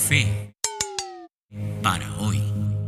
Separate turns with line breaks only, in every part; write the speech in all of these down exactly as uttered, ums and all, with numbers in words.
Fe para hoy.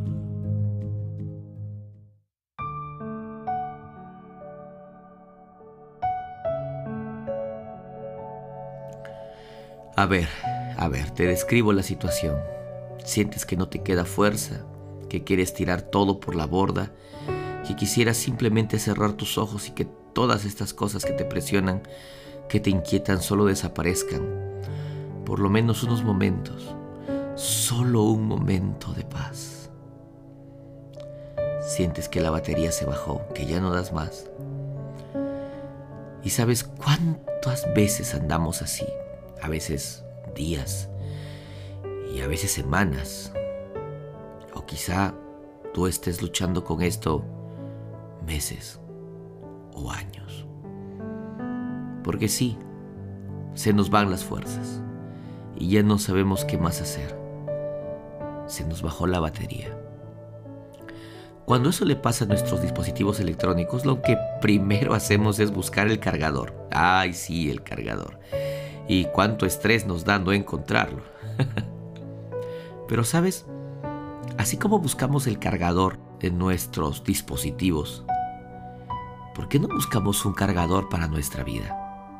A ver, a ver, te describo la situación. Sientes que no te queda fuerza, que quieres tirar todo por la borda, que quisieras simplemente cerrar tus ojos y que todas estas cosas que te presionan, que te inquietan, solo desaparezcan. Por lo menos unos momentos, solo un momento de paz. Sientes que la batería se bajó, que ya no das más. ¿Y sabes cuántas veces andamos así? A veces días y a veces semanas. O quizá tú estés luchando con esto meses o años. Porque sí, se nos van las fuerzas y ya no sabemos qué más hacer. Se nos bajó la batería. Cuando eso le pasa a nuestros dispositivos electrónicos, lo que primero hacemos es buscar el cargador. Ay, sí, el cargador. Y cuánto estrés nos da no encontrarlo. Pero ¿sabes? Así como buscamos el cargador en nuestros dispositivos, ¿por qué no buscamos un cargador para nuestra vida?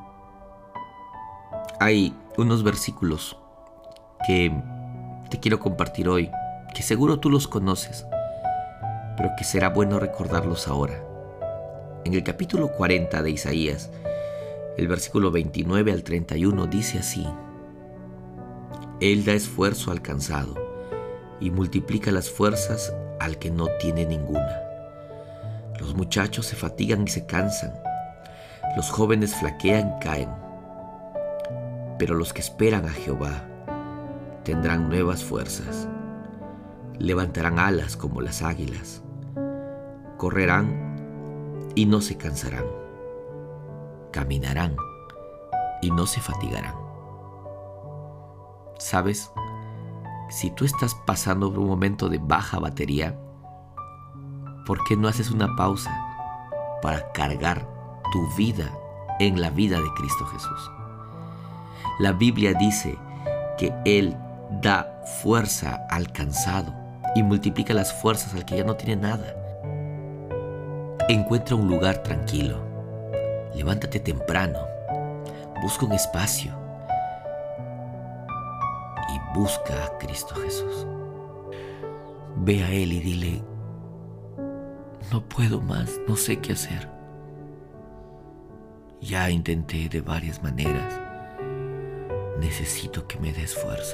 Hay unos versículos que te quiero compartir hoy, que seguro tú los conoces, pero que será bueno recordarlos ahora. En el capítulo cuarenta de Isaías, el versículo veintinueve al treinta y uno dice así: Él da esfuerzo al cansado y multiplica las fuerzas al que no tiene ninguna. Los muchachos se fatigan y se cansan, los jóvenes flaquean y caen. Pero los que esperan a Jehová tendrán nuevas fuerzas, levantarán alas como las águilas, correrán y no se cansarán, caminarán y no se fatigarán. ¿Sabes? Si tú estás pasando por un momento de baja batería, ¿por qué no haces una pausa para cargar tu vida en la vida de Cristo Jesús? La Biblia dice que Él da fuerza al cansado y multiplica las fuerzas al que ya no tiene nada. Encuentra un lugar tranquilo. Levántate temprano. Busca un espacio. Y busca a Cristo Jesús. Ve a Él y dile: no puedo más, no sé qué hacer. Ya intenté de varias maneras. Necesito que me des fuerza.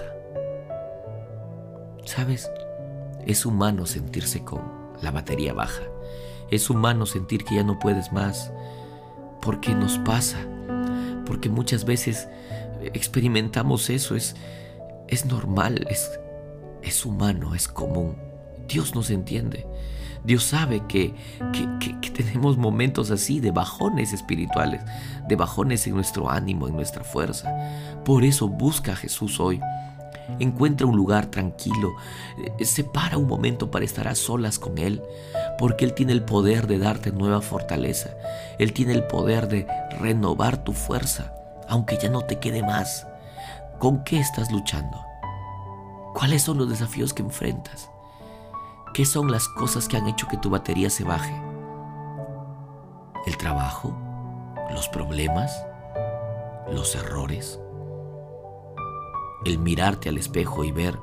¿Sabes? Es humano sentirse con la batería baja. Es humano sentir que ya no puedes más. Porque nos pasa. Porque muchas veces experimentamos eso. Es, es normal, es, es humano, es común. Dios nos entiende. Dios sabe que, que, que, que tenemos momentos así de bajones espirituales, de bajones en nuestro ánimo, en nuestra fuerza. Por eso busca a Jesús hoy. Encuentra un lugar tranquilo. Eh, separa un momento para estar a solas con Él, porque Él tiene el poder de darte nueva fortaleza. Él tiene el poder de renovar tu fuerza, aunque ya no te quede más. ¿Con qué estás luchando? ¿Cuáles son los desafíos que enfrentas? ¿Qué son las cosas que han hecho que tu batería se baje? ¿El trabajo? ¿Los problemas? ¿Los errores? El mirarte al espejo y ver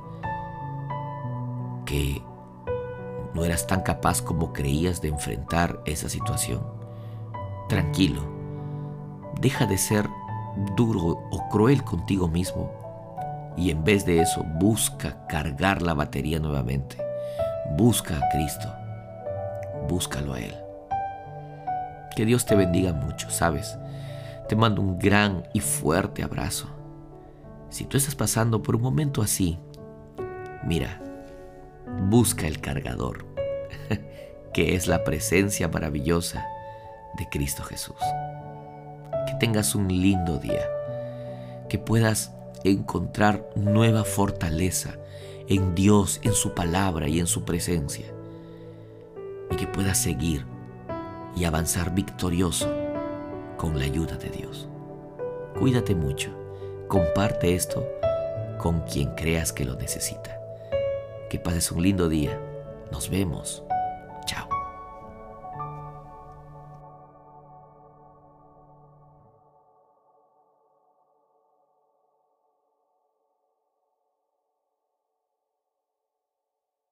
que no eras tan capaz como creías de enfrentar esa situación. Tranquilo, deja de ser duro o cruel contigo mismo y en vez de eso busca cargar la batería nuevamente. Busca a Cristo, búscalo a Él. Que Dios te bendiga mucho, ¿sabes? Te mando un gran y fuerte abrazo. Si tú estás pasando por un momento así, mira, busca el cargador, que es la presencia maravillosa de Cristo Jesús. Que tengas un lindo día, que puedas encontrar nueva fortaleza en Dios, en su palabra y en su presencia, y que puedas seguir y avanzar victorioso con la ayuda de Dios. Cuídate mucho, comparte esto con quien creas que lo necesita. Que pases un lindo día. Nos vemos.